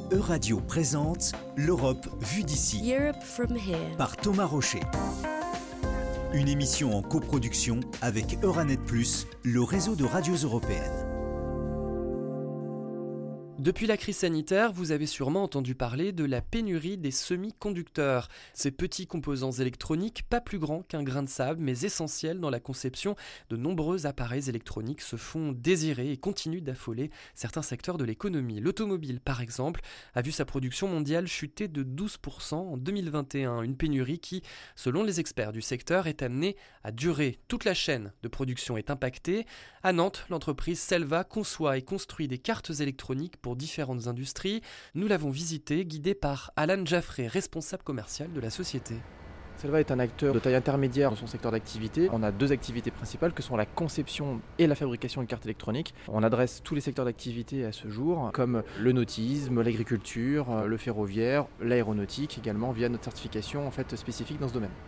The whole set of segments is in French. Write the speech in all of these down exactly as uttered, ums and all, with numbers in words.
Euradio présente l'Europe vue d'ici Europe from here. par Thomas Rocher. Une émission en coproduction avec Euranet plus, le réseau de radios européennes. Depuis la crise sanitaire, vous avez sûrement entendu parler de la pénurie des semi-conducteurs. Ces petits composants électroniques, pas plus grands qu'un grain de sable, mais essentiels dans la conception de nombreux appareils électroniques, se font désirer et continuent d'affoler certains secteurs de l'économie. L'automobile, par exemple, a vu sa production mondiale chuter de douze pour cent en deux mille vingt et un. Une pénurie qui, selon les experts du secteur, est amenée à durer. Toute la chaîne de production est impactée. À Nantes, l'entreprise Selva conçoit et construit des cartes électroniques pour différentes industries. Nous l'avons visité, guidé par Alan Jaffré, responsable commercial de la société. Selva est un acteur de taille intermédiaire dans son secteur d'activité. On a deux activités principales que sont la conception et la fabrication de cartes électroniques. On adresse tous les secteurs d'activité à ce jour, comme le nautisme, l'agriculture, le ferroviaire, l'aéronautique également, via notre certification en fait, spécifique dans ce domaine.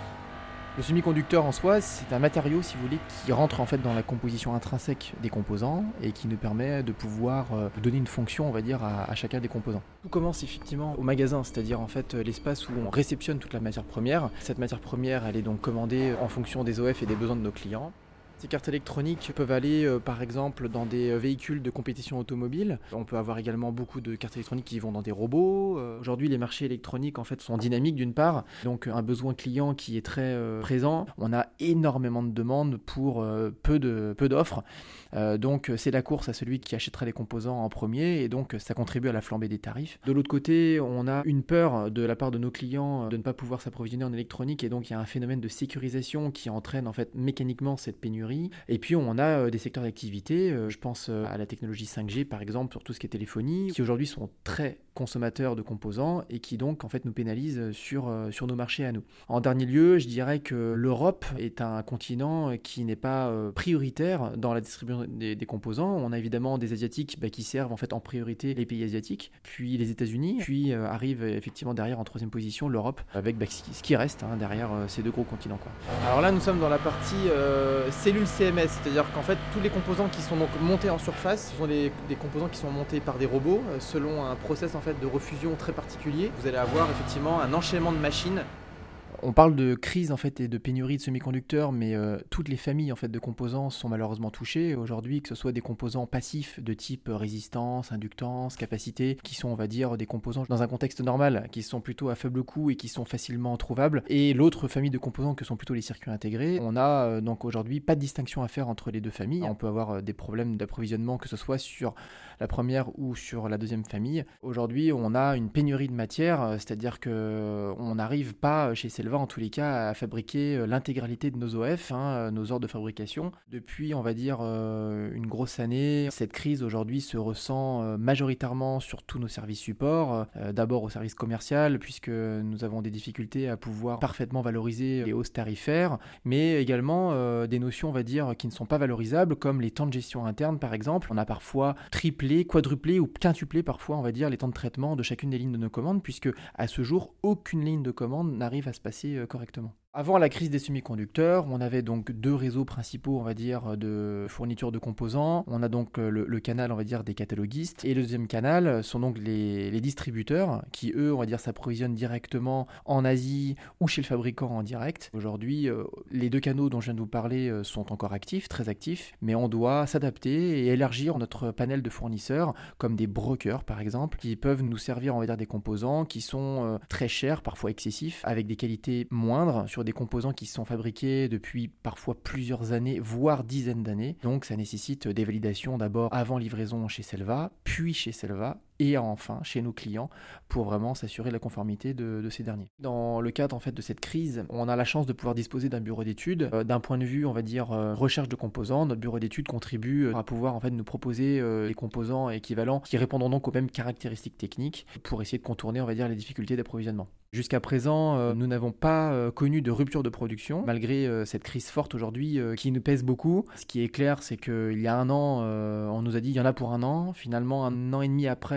Le semi-conducteur en soi, c'est un matériau, si vous voulez, qui rentre en fait dans la composition intrinsèque des composants et qui nous permet de pouvoir euh, donner une fonction, on va dire, à, à chacun des composants. Tout commence effectivement au magasin, c'est-à-dire en fait l'espace où on réceptionne toute la matière première. Cette matière première, elle est donc commandée en fonction des O F et des besoins de nos clients. Ces cartes électroniques peuvent aller euh, par exemple dans des euh, véhicules de compétition automobile. On peut avoir également beaucoup de cartes électroniques qui vont dans des robots. Euh, aujourd'hui les marchés électroniques en fait sont dynamiques d'une part, donc un besoin client qui est très euh, présent. On a énormément de demandes pour euh, peu, de, peu d'offres. Euh, donc c'est la course à celui qui achètera les composants en premier et donc ça contribue à la flambée des tarifs. De l'autre côté, on a une peur de la part de nos clients de ne pas pouvoir s'approvisionner en électronique et donc il y a un phénomène de sécurisation qui entraîne en fait mécaniquement cette pénurie. Et puis on a des secteurs d'activité, je pense à la technologie cinq G par exemple, pour tout ce qui est téléphonie, qui aujourd'hui sont très consommateurs de composants et qui donc en fait nous pénalisent sur, sur nos marchés à nous. En dernier lieu, je dirais que l'Europe est un continent qui n'est pas prioritaire dans la distribution des, des composants. On a évidemment des Asiatiques bah, qui servent en fait en priorité les pays asiatiques, puis les États-Unis, puis euh, arrive effectivement derrière en troisième position l'Europe, avec bah, ce qui reste hein, derrière euh, ces deux gros continents, quoi. Alors là nous sommes dans la partie euh, cellule C M S, c'est-à-dire qu'en fait tous les composants qui sont donc montés en surface, ce sont des, des composants qui sont montés par des robots euh, selon un process en fait de refusion très particulier. Vous allez avoir effectivement un enchaînement de machines. On parle de crise en fait et de pénurie de semi-conducteurs, mais euh, toutes les familles en fait de composants sont malheureusement touchées aujourd'hui, que ce soit des composants passifs de type résistance, inductance, capacité, qui sont on va dire des composants dans un contexte normal, qui sont plutôt à faible coût et qui sont facilement trouvables, et l'autre famille de composants que sont plutôt les circuits intégrés. On a euh, donc aujourd'hui pas de distinction à faire entre les deux familles. On peut avoir euh, des problèmes d'approvisionnement que ce soit sur la première ou sur la deuxième famille. Aujourd'hui, on a une pénurie de matière, euh, c'est-à-dire que on n'arrive pas chez Selva en tous les cas à fabriquer l'intégralité de nos O F, hein, nos ordres de fabrication. Depuis, on va dire, euh, une grosse année, cette crise aujourd'hui se ressent euh, majoritairement sur tous nos services supports. Euh, d'abord au service commercial, puisque nous avons des difficultés à pouvoir parfaitement valoriser les hausses tarifaires, mais également euh, des notions, on va dire, qui ne sont pas valorisables, comme les temps de gestion interne, par exemple. On a parfois triplé, quadruplé ou quintuplé parfois, on va dire, les temps de traitement de chacune des lignes de nos commandes, puisque à ce jour, aucune ligne de commande n'arrive à se passer correctement. Avant la crise des semi-conducteurs, on avait donc deux réseaux principaux, on va dire, de fourniture de composants. On a donc le, le canal, on va dire, des cataloguistes. Et le deuxième canal sont donc les, les distributeurs qui, eux, on va dire, s'approvisionnent directement en Asie ou chez le fabricant en direct. Aujourd'hui, euh, les deux canaux dont je viens de vous parler euh, sont encore actifs, très actifs, mais on doit s'adapter et élargir notre panel de fournisseurs, comme des brokers, par exemple, qui peuvent nous servir, on va dire, des composants qui sont euh, très chers, parfois excessifs, avec des qualités moindres, sur des composants qui sont fabriqués depuis parfois plusieurs années, voire dizaines d'années. Donc ça nécessite des validations d'abord avant livraison chez Selva, puis chez Selva, et enfin chez nos clients pour vraiment s'assurer la conformité de, de ces derniers. Dans le cadre en fait de cette crise, on a la chance de pouvoir disposer d'un bureau d'études. Euh, d'un point de vue, on va dire, euh, recherche de composants, notre bureau d'études contribue à pouvoir en fait nous proposer euh, les composants équivalents qui répondront donc aux mêmes caractéristiques techniques pour essayer de contourner, on va dire, les difficultés d'approvisionnement. Jusqu'à présent, euh, nous n'avons pas euh, connu de rupture de production, malgré euh, cette crise forte aujourd'hui euh, qui nous pèse beaucoup. Ce qui est clair, c'est qu'il y a un an, euh, on nous a dit il y en a pour un an. Finalement, un an et demi après,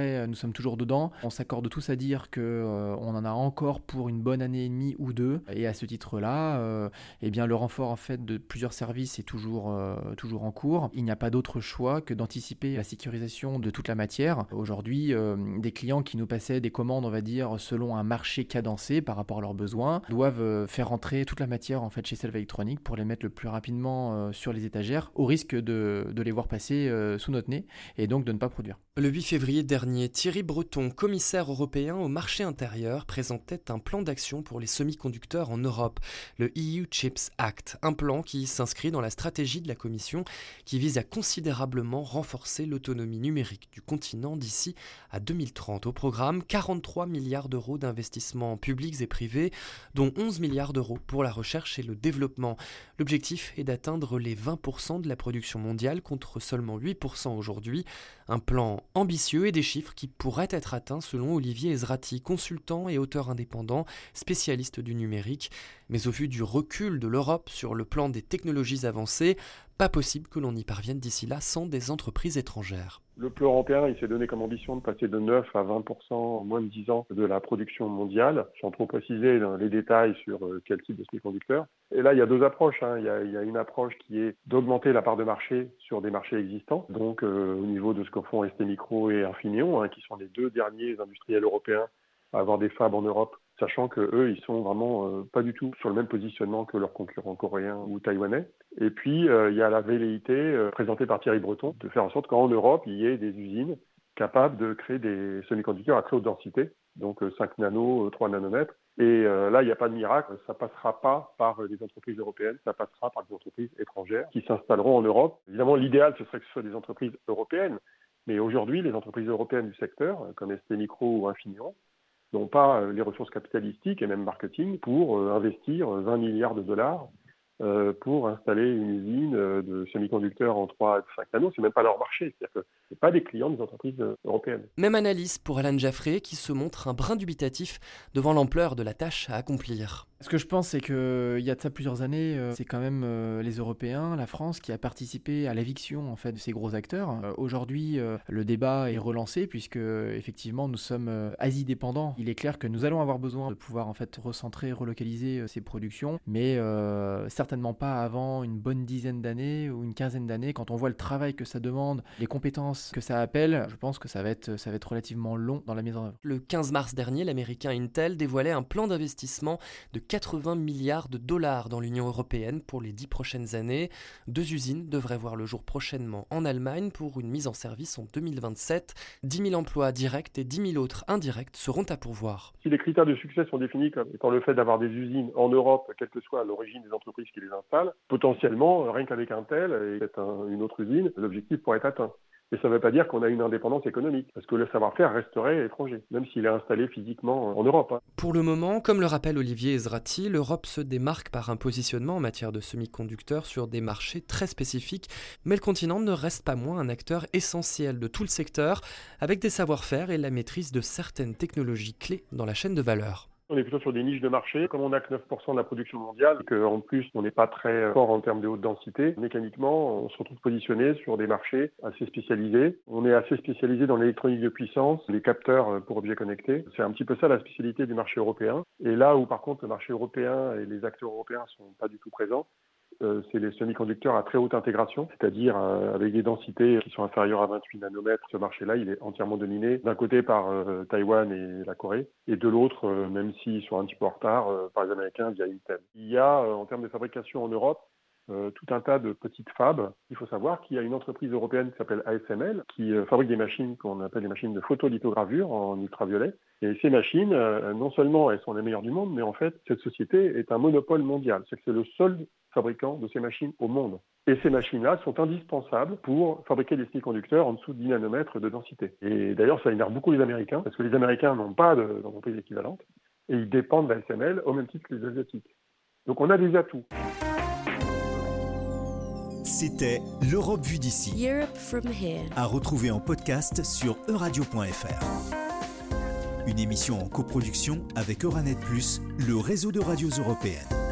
projet, nous sommes toujours dedans. On s'accorde tous à dire qu'on euh, en a encore pour une bonne année et demie ou deux. Et à ce titre-là, euh, eh bien, le renfort en fait, de plusieurs services est toujours, euh, toujours en cours. Il n'y a pas d'autre choix que d'anticiper la sécurisation de toute la matière. Aujourd'hui, euh, des clients qui nous passaient des commandes, on va dire, selon un marché cadencé par rapport à leurs besoins, doivent euh, faire rentrer toute la matière en fait, chez Selva Electronics pour les mettre le plus rapidement euh, sur les étagères, au risque de, de les voir passer euh, sous notre nez et donc de ne pas produire. Le huit février dernier, Thierry Breton, commissaire européen au marché intérieur, présentait un plan d'action pour les semi-conducteurs en Europe, le E U Chips Act, un plan qui s'inscrit dans la stratégie de la Commission qui vise à considérablement renforcer l'autonomie numérique du continent d'ici à deux mille trente. Au programme, quarante-trois milliards d'euros d'investissements publics et privés, dont onze milliards d'euros pour la recherche et le développement. L'objectif est d'atteindre les vingt pour cent de la production mondiale contre seulement huit pour cent aujourd'hui. Un plan ambitieux et des chiffres qui pourraient être atteints selon Olivier Ezrati, consultant et auteur indépendant, spécialiste du numérique. Mais au vu du recul de l'Europe sur le plan des technologies avancées, pas possible que l'on y parvienne d'ici là sans des entreprises étrangères. Le plan européen, il s'est donné comme ambition de passer de neuf à vingt pour cent en moins de dix ans de la production mondiale, sans trop préciser dans les détails sur quel type de semi-conducteurs. Et là, il y a deux approches. Hein. Il, y a, il y a une approche qui est d'augmenter la part de marché sur des marchés existants, donc euh, au niveau de ce que font S T Micro et Infineon, hein, qui sont les deux derniers industriels européens à avoir des fabs en Europe, sachant que eux, ils sont vraiment euh, pas du tout sur le même positionnement que leurs concurrents coréens ou taïwanais. Et puis, euh, il y a la velléité euh, présentée par Thierry Breton de faire en sorte qu'en Europe, il y ait des usines capables de créer des semi-conducteurs à très haute densité, donc euh, cinq nanos, euh, trois nanomètres. Et euh, là, il n'y a pas de miracle, ça passera pas par des entreprises européennes, ça passera par des entreprises étrangères qui s'installeront en Europe. Évidemment, l'idéal, ce serait que ce soit des entreprises européennes, mais aujourd'hui, les entreprises européennes du secteur, comme S T Micro ou Infineon, n'ont pas les ressources capitalistiques et même marketing pour euh, investir vingt milliards de dollars euh, pour installer une usine de semi-conducteurs en trois à cinq nanos. C'est même pas leur marché, c'est-à-dire que ce n'est pas des clients des entreprises européennes. Même analyse pour Alan Jaffré qui se montre un brin dubitatif devant l'ampleur de la tâche à accomplir. Ce que je pense, c'est qu'il y a de ça plusieurs années, c'est quand même les Européens, la France, qui a participé à l'éviction en fait, de ces gros acteurs. Aujourd'hui, le débat est relancé puisque effectivement nous sommes Asie dépendants. Il est clair que nous allons avoir besoin de pouvoir en fait recentrer, relocaliser ces productions, mais euh, certainement pas avant une bonne dizaine d'années ou une quinzaine d'années. Quand on voit le travail que ça demande, les compétences que ça appelle, je pense que ça va être, ça va être relativement long dans la mise en œuvre. Le quinze mars dernier, l'américain Intel dévoilait un plan d'investissement de quatre-vingts milliards de dollars dans l'Union européenne pour les dix prochaines années. Deux usines devraient voir le jour prochainement en Allemagne pour une mise en service en deux mille vingt-sept. dix mille emplois directs et dix mille autres indirects seront à pourvoir. Si les critères de succès sont définis comme étant le fait d'avoir des usines en Europe, quelle que soit l'origine des entreprises qui les installent, potentiellement, rien qu'avec Intel et peut-être un, une autre usine, l'objectif pourrait être atteint. Et ça ne veut pas dire qu'on a une indépendance économique, parce que le savoir-faire resterait étranger, même s'il est installé physiquement en Europe. Hein. Pour le moment, comme le rappelle Olivier Ezrati, l'Europe se démarque par un positionnement en matière de semi-conducteurs sur des marchés très spécifiques, mais le continent ne reste pas moins un acteur essentiel de tout le secteur, avec des savoir-faire et la maîtrise de certaines technologies clés dans la chaîne de valeur. On est plutôt sur des niches de marché. Comme on n'a que neuf pour cent de la production mondiale, et qu'en plus on n'est pas très fort en termes de haute densité, mécaniquement on se retrouve positionné sur des marchés assez spécialisés. On est assez spécialisé dans l'électronique de puissance, les capteurs pour objets connectés. C'est un petit peu ça la spécialité du marché européen. Et là où par contre le marché européen et les acteurs européens ne sont pas du tout présents, Euh, c'est les semi-conducteurs à très haute intégration, c'est-à-dire euh, avec des densités qui sont inférieures à vingt-huit nanomètres. Ce marché-là, il est entièrement dominé d'un côté par euh, Taïwan et la Corée, et de l'autre, euh, même s'ils sont un petit peu en retard, euh, par les Américains via Intel. Il y a, euh, en termes de fabrication en Europe, Euh, tout un tas de petites fabs. Il faut savoir qu'il y a une entreprise européenne qui s'appelle A S M L qui euh, fabrique des machines qu'on appelle des machines de photolithogravure en ultraviolet. Et ces machines, euh, non seulement elles sont les meilleures du monde, mais en fait, cette société est un monopole mondial. C'est que c'est le seul fabricant de ces machines au monde. Et ces machines-là sont indispensables pour fabriquer des semi-conducteurs en dessous de dix nanomètres de densité. Et d'ailleurs, ça énerve beaucoup les Américains, parce que les Américains n'ont pas de, d'entreprise équivalente, et ils dépendent de l'A S M L au même titre que les Asiatiques. Donc on a des atouts. C'était l'Europe vue d'ici. Europe from here. À retrouver en podcast sur euradio point f r. Une émission en coproduction avec Euranet plus, le réseau de radios européennes.